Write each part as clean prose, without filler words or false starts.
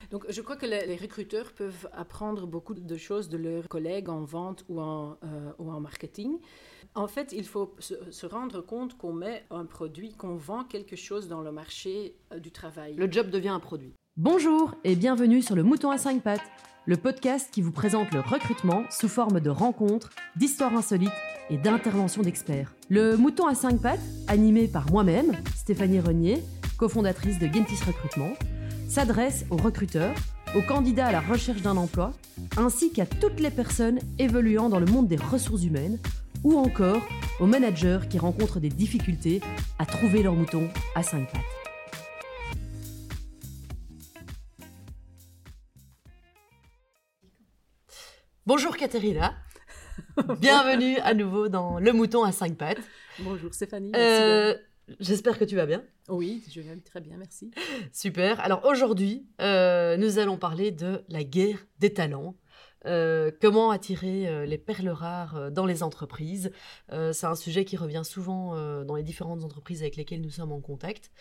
Donc, je crois que les recruteurs peuvent apprendre beaucoup de choses de leurs collègues en vente ou en marketing. En fait, il faut se rendre compte qu'on met un produit, qu'on vend quelque chose dans le marché du travail. Le job devient un produit. Bonjour et bienvenue sur le Mouton à 5 pattes, le podcast qui vous présente le recrutement sous forme de rencontres, d'histoires insolites et d'interventions d'experts. Le Mouton à 5 pattes, animé par moi-même, Stéphanie Renier, cofondatrice de Gentis Recrutement, s'adresse aux recruteurs, aux candidats à la recherche d'un emploi, ainsi qu'à toutes les personnes évoluant dans le monde des ressources humaines, ou encore aux managers qui rencontrent des difficultés à trouver leur mouton à 5 pattes. Bonjour Katerina, bienvenue à nouveau dans Le Mouton à 5 pattes. Bonjour Stéphanie, J'espère que tu vas bien. Oui, je vais très bien, merci. Super, alors aujourd'hui, nous allons parler de la guerre des talents. Comment attirer les perles rares dans les entreprises. C'est un sujet qui revient souvent dans les différentes entreprises avec lesquelles nous sommes en contact.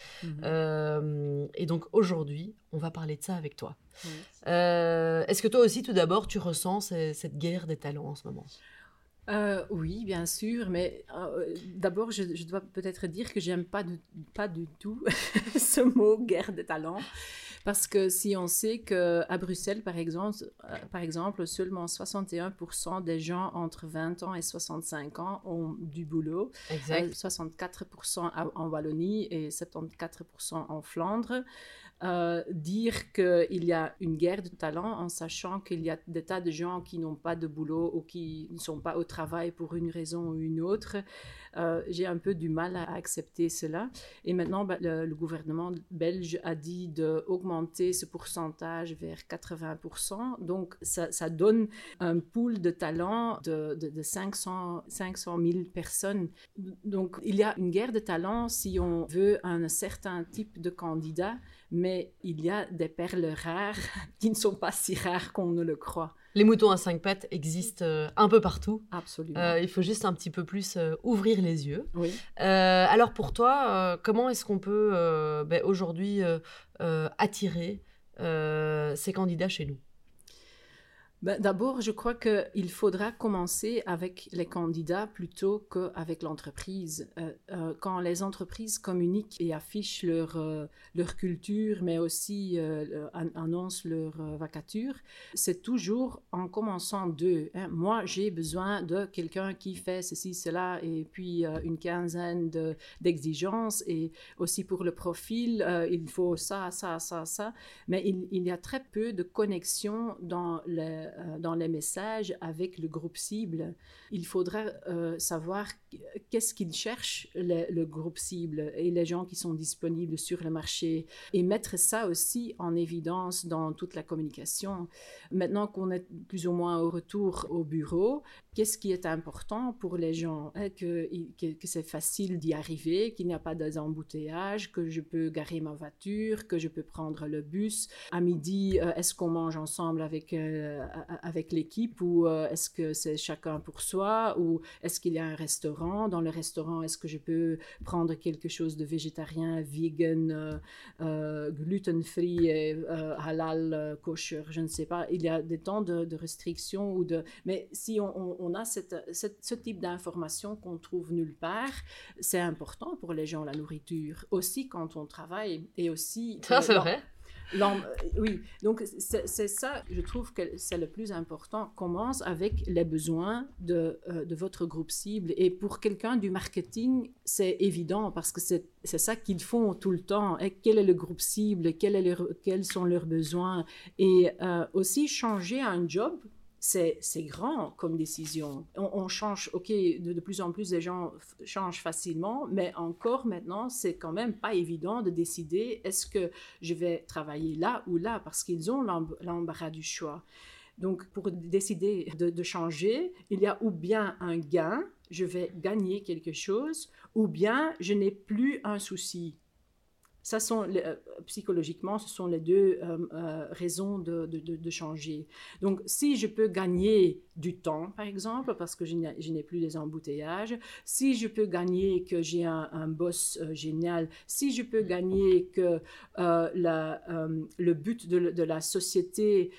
Et donc aujourd'hui, on va parler de ça avec toi. Oui. Est-ce que toi aussi, tout d'abord, tu ressens cette guerre des talents en ce moment ? Oui, bien sûr, mais d'abord, je dois peut-être dire que j'aime pas du tout ce mot « guerre des talents ». Parce que si on sait qu'à Bruxelles, par exemple, seulement 61% des gens entre 20 ans et 65 ans ont du boulot. Exact. 64% en Wallonie et 74% en Flandre. Dire qu'il y a une guerre de talents en sachant qu'il y a des tas de gens qui n'ont pas de boulot ou qui ne sont pas au travail pour une raison ou une autre, j'ai un peu du mal à accepter cela. Et maintenant, le gouvernement belge a dit d'augmenter ce pourcentage vers 80%. Donc, ça donne un pool de talents de 500 000 personnes. Donc, il y a une guerre de talents si on veut un certain type de candidat, mais il y a des perles rares qui ne sont pas si rares qu'on ne le croit. Les moutons à 5 pattes existent un peu partout. Absolument. Il faut juste un petit peu plus ouvrir les yeux. Oui. Alors pour toi, comment est-ce qu'on peut aujourd'hui attirer ces candidats chez nous ? D'abord, je crois qu'il faudra commencer avec les candidats plutôt qu'avec l'entreprise. Quand les entreprises communiquent et affichent leur culture, mais aussi annoncent leur vacature, c'est toujours en commençant d'eux. Moi, j'ai besoin de quelqu'un qui fait ceci, cela, et puis une quinzaine d'exigences. Et aussi pour le profil, il faut ça. Mais il y a très peu de connexion dans les messages avec le groupe cible. Il faudra savoir qu'est-ce qu'ils cherchent, le groupe cible et les gens qui sont disponibles sur le marché, et mettre ça aussi en évidence dans toute la communication. Maintenant qu'on est plus ou moins au retour au bureau, qu'est-ce qui est important pour les gens, que c'est facile d'y arriver, qu'il n'y a pas d'embouteillage, que je peux garer ma voiture, que je peux prendre le bus. À midi, est-ce qu'on mange ensemble avec l'équipe, ou est-ce que c'est chacun pour soi, ou est-ce qu'il y a un restaurant? Dans le restaurant, est-ce que je peux prendre quelque chose de végétarien, vegan, gluten-free, halal, kosher, je ne sais pas. Il y a des temps de restrictions mais si on a ce type d'information qu'on trouve nulle part, c'est important pour les gens, la nourriture, aussi quand on travaille, et aussi... Ça, c'est vrai. Oui, donc c'est ça, je trouve que c'est le plus important. Commence avec les besoins de votre groupe cible. Et pour quelqu'un du marketing, c'est évident parce que c'est ça qu'ils font tout le temps. Et quel est le groupe cible, quels sont leurs besoins. Et aussi changer un job, c'est grand comme décision. On change, ok, de plus en plus, les gens changent facilement, mais encore maintenant, c'est quand même pas évident de décider est-ce que je vais travailler là ou là, parce qu'ils ont l'embarras du choix. Donc, pour décider de changer, il y a ou bien un gain, je vais gagner quelque chose, ou bien je n'ai plus un souci. Ça sont psychologiquement, ce sont les deux raisons de changer. Donc, si je peux gagner du temps, par exemple, parce que je n'ai plus des embouteillages, si je peux gagner que j'ai un boss génial, si je peux gagner que le but de la société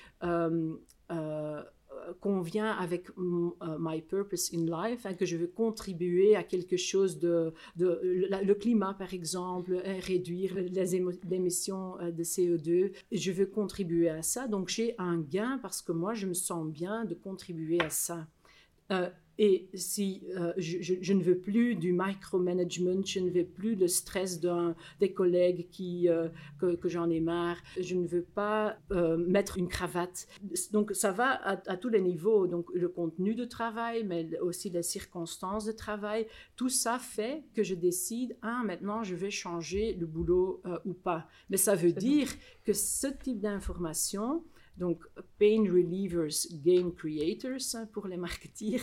convient avec my purpose in life, que je veux contribuer à quelque chose le climat par exemple, réduire les émissions de CO2, je veux contribuer à ça, donc j'ai un gain parce que moi je me sens bien de contribuer à ça. Et si je ne veux plus du micromanagement, je ne veux plus le stress des collègues que j'en ai marre, je ne veux pas mettre une cravate. Donc ça va à tous les niveaux, donc le contenu de travail, mais aussi les circonstances de travail. Tout ça fait que je décide, maintenant je vais changer le boulot ou pas. Mais ça veut dire que ce type d'information, donc pain relievers, gain creators pour les marketeers,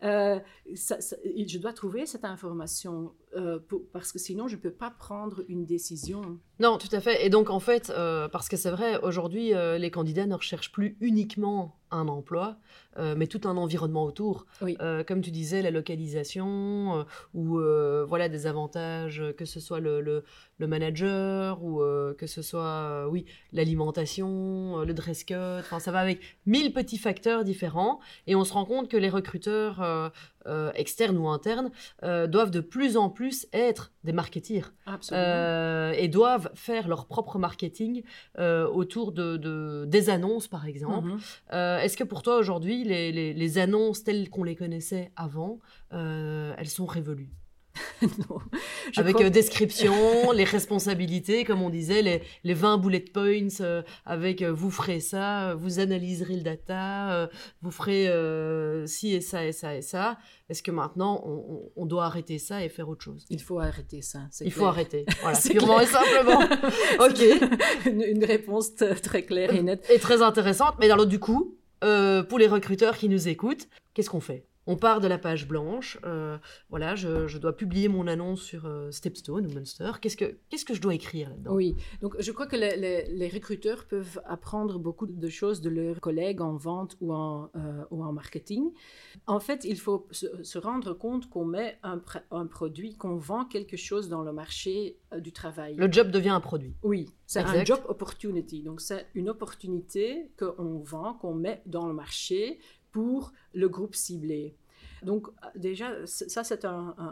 je dois trouver cette information parce que sinon je ne peux pas prendre une décision. Non, tout à fait. Et donc en fait, parce que c'est vrai, aujourd'hui, les candidats ne recherchent plus uniquement un emploi, mais tout un environnement autour. Oui. Comme tu disais, la localisation, ou voilà, des avantages, que ce soit le manager, ou que ce soit l'alimentation, le dress code, enfin ça va avec 1000 petits facteurs différents, et on se rend compte que les recruteurs externes ou internes doivent de plus en plus être des marketeers. Absolument. Et doivent faire leur propre marketing autour des annonces par exemple. Est-ce que pour toi aujourd'hui les annonces telles qu'on les connaissait avant, elles sont révolues? Non. Avec description, les responsabilités, comme on disait, les 20 bullet points, avec vous ferez ça, vous analyserez le data, vous ferez ci et ça et ça et ça. Est-ce que maintenant, on doit arrêter ça et faire autre chose? Il faut arrêter ça. Il faut arrêter, voilà, purement et simplement. Ok. Une réponse très claire et nette. Et très intéressante, mais alors du coup, pour les recruteurs qui nous écoutent, qu'est-ce qu'on fait? On part de la page blanche, voilà, je dois publier mon annonce sur Stepstone ou Monster. Qu'est-ce que je dois écrire là-dedans? Oui, donc je crois que les recruteurs peuvent apprendre beaucoup de choses de leurs collègues en vente ou en marketing. En fait, il faut se rendre compte qu'on met un produit, qu'on vend quelque chose dans le marché du travail. Le job devient un produit. Oui, c'est un job opportunity. Donc c'est une opportunité qu'on vend, qu'on met dans le marché pour le groupe ciblé. Donc déjà, ça c'est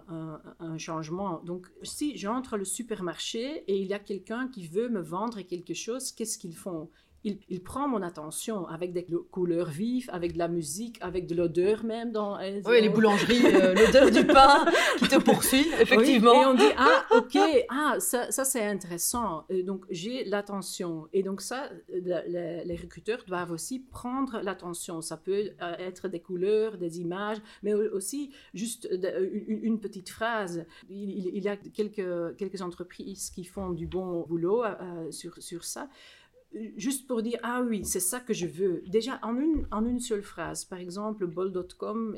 un changement. Donc si j'entre au supermarché et il y a quelqu'un qui veut me vendre quelque chose, qu'est-ce qu'ils font? Il prend mon attention avec des couleurs vives, avec de la musique, avec de l'odeur même. Oui, les boulangeries, l'odeur du pain qui te poursuit, effectivement. Oui, et on dit, ça c'est intéressant. Et donc, j'ai l'attention. Et donc ça, les recruteurs doivent aussi prendre l'attention. Ça peut être des couleurs, des images, mais aussi juste une petite phrase. Il y a quelques entreprises qui font du bon boulot sur ça. Juste pour dire, oui, c'est ça que je veux. Déjà, en une seule phrase. Par exemple, Bol.com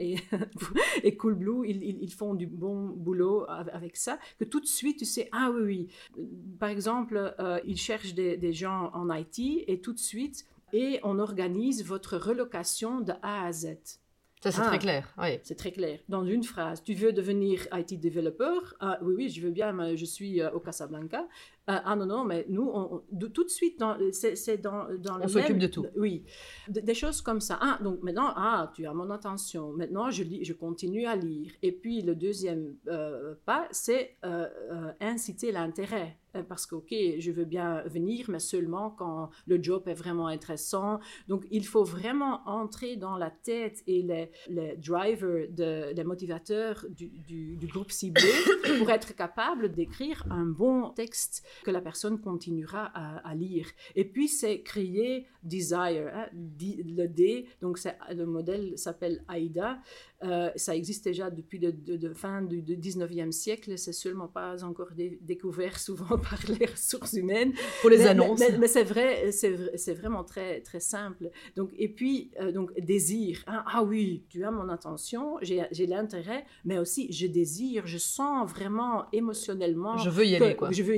et Coolblue, ils font du bon boulot avec ça, que tout de suite, tu sais, oui. Par exemple, ils cherchent des gens en IT et tout de suite, et on organise votre relocation de A à Z. Ça, c'est très clair. Oui. C'est très clair. Dans une phrase, tu veux devenir IT developer? Oui, je veux bien, mais je suis au Casablanca. Non, mais nous, tout de suite, c'est dans le on s'occupe de tout. Oui, des choses comme ça. Donc maintenant, tu as mon attention. Maintenant, je continue à lire. Et puis, le deuxième pas, c'est inciter l'intérêt. Parce que, OK, je veux bien venir, mais seulement quand le job est vraiment intéressant. Donc, il faut vraiment entrer dans la tête et les drivers, les motivateurs du groupe ciblé pour être capable d'écrire un bon texte que la personne continuera à lire. Et puis, c'est créer desire, le D, donc le modèle s'appelle AIDA. Ça existe déjà depuis la fin du 19e siècle, c'est seulement pas encore découvert souvent par les ressources humaines. Pour les annonces. Mais c'est vrai, c'est vraiment très, très simple. Donc, et puis, donc, désir. Oui, tu as mon attention, j'ai l'intérêt, mais aussi je désire, je sens vraiment émotionnellement. Je veux y aller, quoi. Je veux y aller.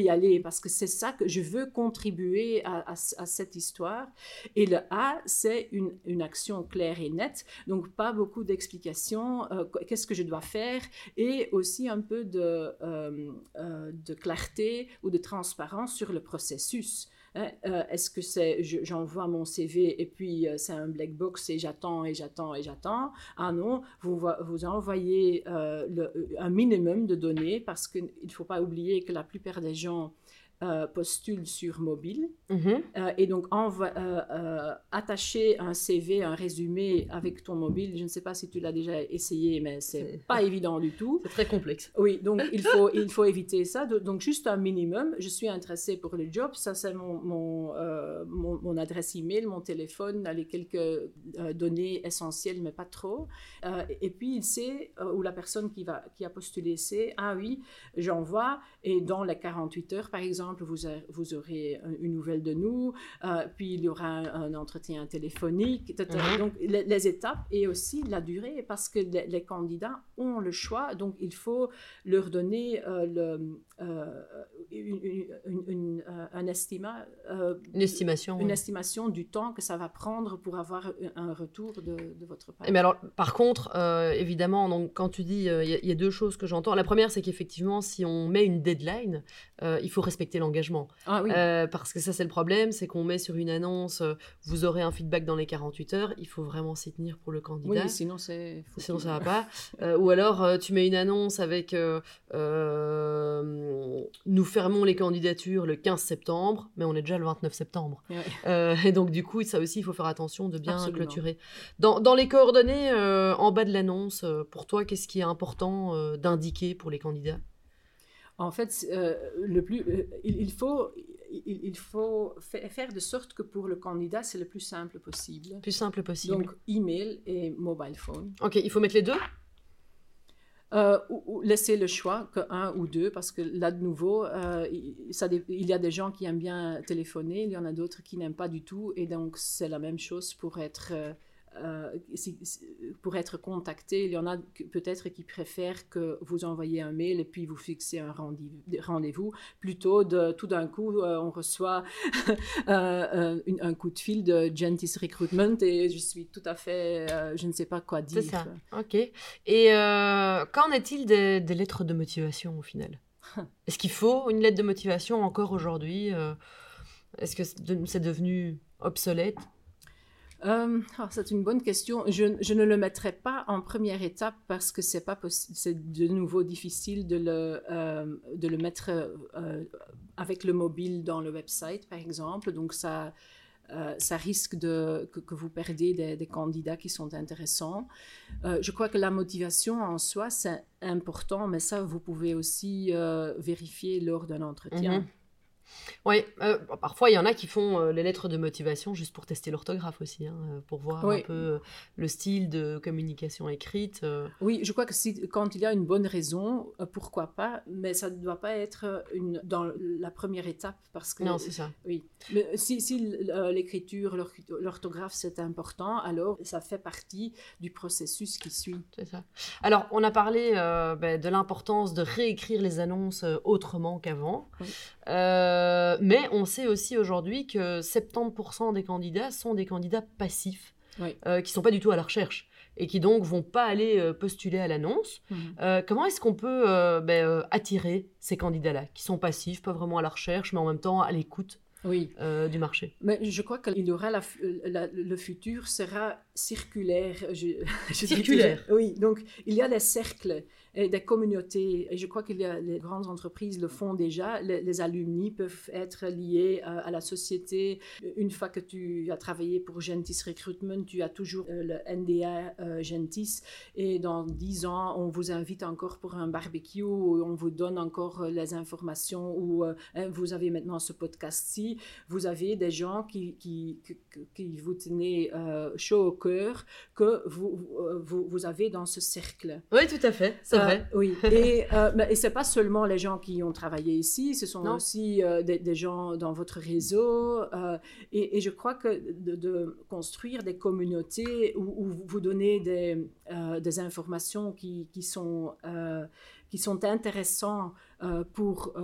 parce que c'est ça que je veux contribuer à cette histoire. Et le A, c'est une action claire et nette, donc pas beaucoup d'explications, qu'est-ce que je dois faire, et aussi un peu de clarté ou de transparence sur le processus. Est-ce que j'envoie mon CV et puis c'est un black box et j'attends. Ah non, vous envoyez un minimum de données parce qu'il ne faut pas oublier que la plupart des gens postulent sur mobile. Et donc attacher un CV, un résumé avec ton mobile, je ne sais pas si tu l'as déjà essayé, mais c'est pas évident du tout. C'est très complexe. Oui, donc il faut éviter ça. Donc juste un minimum, je suis intéressée pour le job, ça c'est mon adresse email, mon téléphone, les quelques données essentielles, mais pas trop. Et puis il sait, ou la personne qui a postulé sait, ah oui, j'envoie, et dans les 48 heures par exemple, vous aurez une nouvelle de nous, puis il y aura un entretien téléphonique, donc les étapes et aussi la durée, parce que les candidats ont le choix, donc il faut leur donner une estimation du temps que ça va prendre pour avoir un retour de votre part. Mais alors, par contre, évidemment, donc, quand tu dis, il y a deux choses que j'entends. La première, c'est qu'effectivement, si on met une deadline, il faut respecter l'engagement. Ah, oui. Parce que ça, c'est le problème, c'est qu'on met sur une annonce, vous aurez un feedback dans les 48 heures, il faut vraiment s'y tenir pour le candidat. Oui, sinon ça va pas. Ou alors, tu mets une annonce avec nous fermons les candidatures le 15 septembre, mais on est déjà le 29 septembre. Ouais. Et donc, du coup, ça aussi, il faut faire attention de bien clôturer. Dans les coordonnées, en bas de l'annonce, pour toi, qu'est-ce qui est important d'indiquer pour les candidats ? En fait, il faut faire de sorte que pour le candidat, c'est le plus simple possible. Donc, email et mobile phone. Ok, il faut mettre les deux ? Ou laisser le choix qu'un ou deux, parce que là, de nouveau, il y a des gens qui aiment bien téléphoner, il y en a d'autres qui n'aiment pas du tout, et donc c'est la même chose pour être contacté. Il y en a peut-être qui préfèrent que vous envoyez un mail et puis vous fixez un rendez-vous, plutôt tout d'un coup, on reçoit un coup de fil de Gentis Recruitment et je suis tout à fait, je ne sais pas quoi dire. C'est ça, ok. Et qu'en est-il des lettres de motivation au final ? Est-ce qu'il faut une lettre de motivation encore aujourd'hui ? Est-ce que c'est devenu obsolète ? C'est une bonne question. Je ne le mettrai pas en première étape parce que c'est de nouveau difficile de le mettre avec le mobile dans le website, par exemple. Donc ça risque que vous perdez des candidats qui sont intéressants. Je crois que la motivation en soi, c'est important, mais ça, vous pouvez aussi vérifier lors d'un entretien. Oui, parfois il y en a qui font les lettres de motivation juste pour tester l'orthographe aussi, pour voir un peu le style de communication écrite. Oui, je crois que quand il y a une bonne raison, pourquoi pas, mais ça ne doit pas être dans la première étape parce que... Non, c'est ça. Oui, mais si l'écriture, l'orthographe c'est important, alors ça fait partie du processus qui suit. C'est ça. Alors, on a parlé de l'importance de réécrire les annonces autrement qu'avant. Oui. Mais on sait aussi aujourd'hui que 70% des candidats sont des candidats passifs, qui ne sont pas du tout à la recherche et qui donc ne vont pas aller postuler à l'annonce. Comment est-ce qu'on peut attirer ces candidats-là, qui sont passifs, pas vraiment à la recherche, mais en même temps à l'écoute du marché? Mais je crois qu'il y aura le futur sera circulaire. Circulaire. Oui, donc il y a des cercles et des communautés. Et je crois que les grandes entreprises le font déjà. Les alumni peuvent être liés à la société. Une fois que tu as travaillé pour Gentis Recruitment, tu as toujours le NDA Gentis. Et dans 10 ans, on vous invite encore pour un barbecue, où on vous donne encore les informations, ou vous avez maintenant ce podcast-ci. Vous avez des gens qui vous tenez chaud au cœur, que vous avez dans ce cercle. Oui, tout à fait, c'est vrai. Oui, et ce n'est pas seulement les gens qui ont travaillé ici, ce sont aussi des gens dans votre réseau. Et je crois que de construire des communautés où vous donnez des informations qui qui sont intéressants pour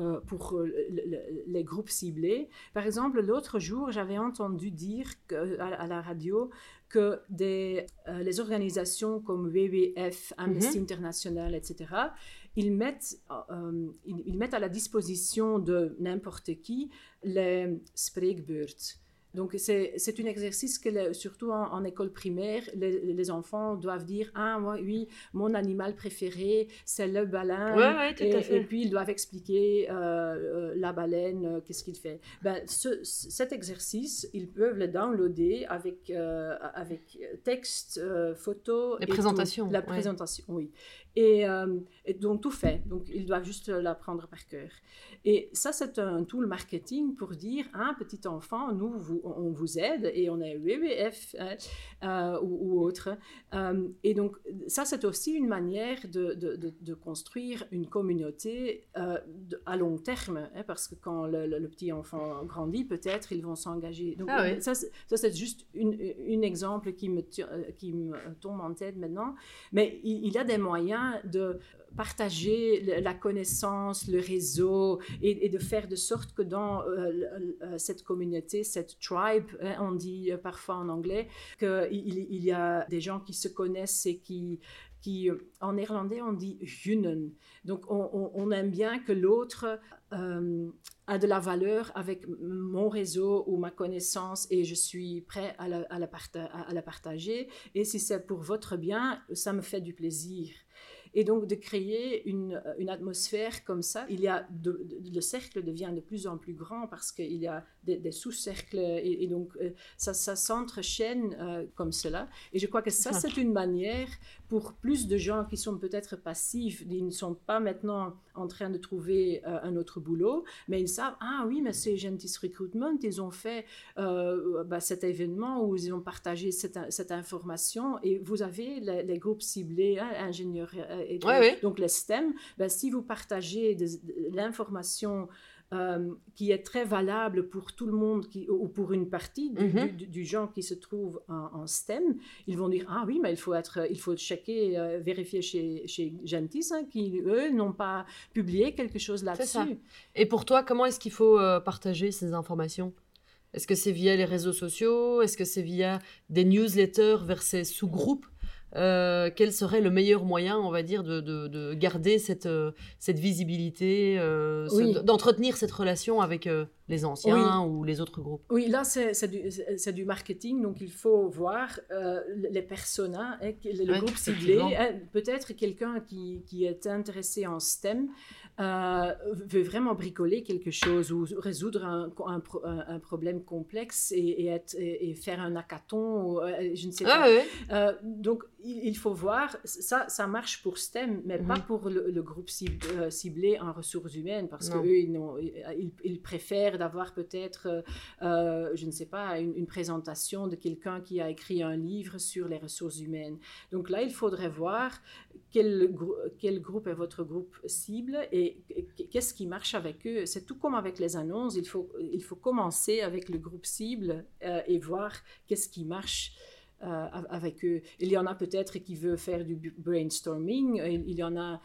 les groupes ciblés. Par exemple, l'autre jour, j'avais entendu dire à la radio que les organisations comme WWF, Amnesty International, etc., ils mettent à la disposition de n'importe qui les spreekbeurt. Donc, c'est un exercice que, surtout en école primaire, les enfants doivent dire « Ah, oui, mon animal préféré, c'est le baleine. » Ouais, tout à fait. Et puis, ils doivent expliquer la baleine, qu'est-ce qu'il fait. Cet exercice, ils peuvent le downloader avec texte, photo. Les présentations. La présentation, oui. Et donc, tout fait. Donc, ils doivent juste l'apprendre par cœur. Et ça, c'est un tool marketing pour dire « Ah, petit enfant, on vous aide et on est WWF ou autre. » Et donc, ça, c'est aussi une manière de construire une communauté à long terme, parce que quand le petit enfant grandit, peut-être, ils vont s'engager. Donc, ça, c'est juste un exemple qui me tombe en tête maintenant. Mais il y a des moyens de partager la connaissance, le réseau et de faire de sorte que dans cette communauté, cette tribe, on dit parfois en anglais, qu'il y a des gens qui se connaissent et qui en néerlandais, on dit « junen ». Donc, on aime bien que l'autre a de la valeur avec mon réseau ou ma connaissance et je suis prêt à la partager. Et si c'est pour votre bien, ça me fait du plaisir. Et donc, de créer une atmosphère comme ça, le cercle devient de plus en plus grand parce qu'il y a des sous-cercles et donc ça s'entre-chaîne comme cela. Et je crois que ça, c'est une manière pour plus de gens qui sont peut-être passifs, ils ne sont pas maintenant en train de trouver un autre boulot, mais ils savent, ah oui, mais c'est Gentis Recruitment, ils ont fait cet événement où ils ont partagé cette information et vous avez les groupes ciblés, ingénieurs et donc les STEM, si vous partagez l'information qui est très valable pour tout le monde ou pour une partie du genre qui se trouve en STEM, ils vont dire, ah oui, mais il faut checker, vérifier chez Gentis, qui, eux, n'ont pas publié quelque chose là-dessus. Et pour toi, comment est-ce qu'il faut partager ces informations ? Est-ce que c'est via les réseaux sociaux ? Est-ce que c'est via des newsletters vers ces sous-groupes ? Quel serait le meilleur moyen, on va dire, de garder cette visibilité, d'entretenir cette relation avec les anciens ou les autres groupes? Oui, là, c'est du marketing, donc il faut voir les personas, le groupe ciblé. Peut-être quelqu'un qui est intéressé en STEM veut vraiment bricoler quelque chose ou résoudre un problème complexe et faire un hackathon, ou, je ne sais pas. Donc, il faut voir, ça marche pour STEM, mais pas pour le groupe ciblé en ressources humaines, parce qu'eux, ils préfèrent d'avoir peut-être, je ne sais pas, une présentation de quelqu'un qui a écrit un livre sur les ressources humaines. Donc là, il faudrait voir quel groupe est votre groupe cible et qu'est-ce qui marche avec eux. C'est tout comme avec les annonces, il faut commencer avec le groupe cible et voir qu'est-ce qui marche avec eux. Il y en a peut-être qui veulent faire du brainstorming, il y en a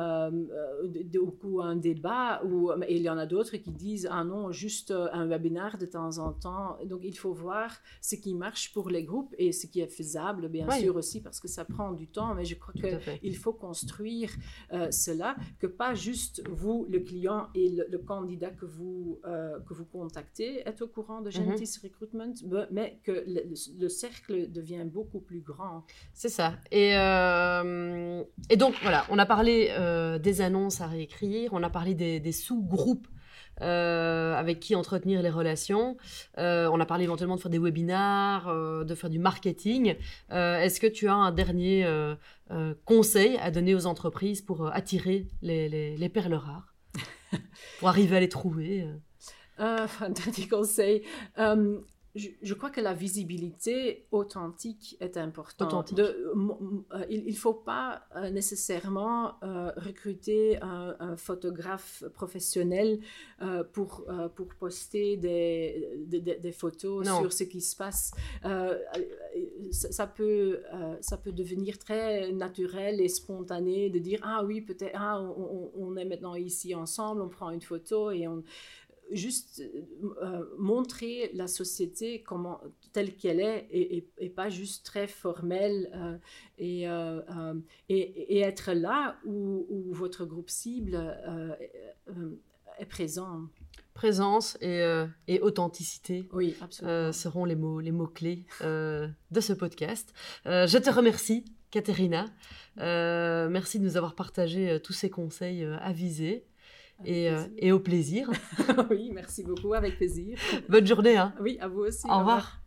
un débat, et il y en a d'autres qui disent « Ah non, juste un webinaire de temps en temps ». Donc, il faut voir ce qui marche pour les groupes et ce qui est faisable, bien sûr aussi, parce que ça prend du temps, mais je crois qu'il faut construire cela, que pas juste vous, le client et le candidat que vous contactez, êtes au courant de Gentis Recruitment, mais que le cercle devient beaucoup plus grand. C'est ça. Et donc, voilà, on a parlé des annonces à réécrire, on a parlé des sous-groupes avec qui entretenir les relations, on a parlé éventuellement de faire des webinaires, de faire du marketing. Est-ce que tu as un dernier conseil à donner aux entreprises pour attirer les perles rares, pour arriver à les trouver Un dernier conseil. Je crois que la visibilité authentique est importante. Authentique. Il ne faut pas nécessairement recruter un photographe professionnel pour poster des photos sur ce qui se passe. Ça peut devenir très naturel et spontané de dire « Ah oui, peut-être, on est maintenant ici ensemble, on prend une photo et on... » Juste montrer la société telle qu'elle est et pas juste très formelle et être là où votre groupe cible est présent. Présence et authenticité, oui, absolument. Seront les mots-clés de ce podcast. Je te remercie, Caterina. Merci de nous avoir partagé tous ces conseils avisés. Et au plaisir. Oui, merci beaucoup, avec plaisir. Bonne journée. Hein. Oui, à vous aussi. Au revoir.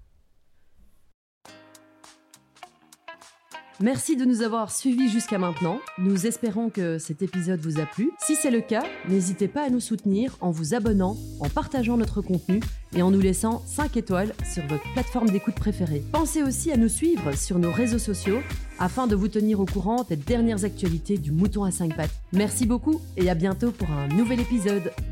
Merci de nous avoir suivis jusqu'à maintenant. Nous espérons que cet épisode vous a plu. Si c'est le cas, n'hésitez pas à nous soutenir en vous abonnant, en partageant notre contenu et en nous laissant 5 étoiles sur votre plateforme d'écoute préférée. Pensez aussi à nous suivre sur nos réseaux sociaux afin de vous tenir au courant des dernières actualités du Mouton à 5 pattes. Merci beaucoup et à bientôt pour un nouvel épisode.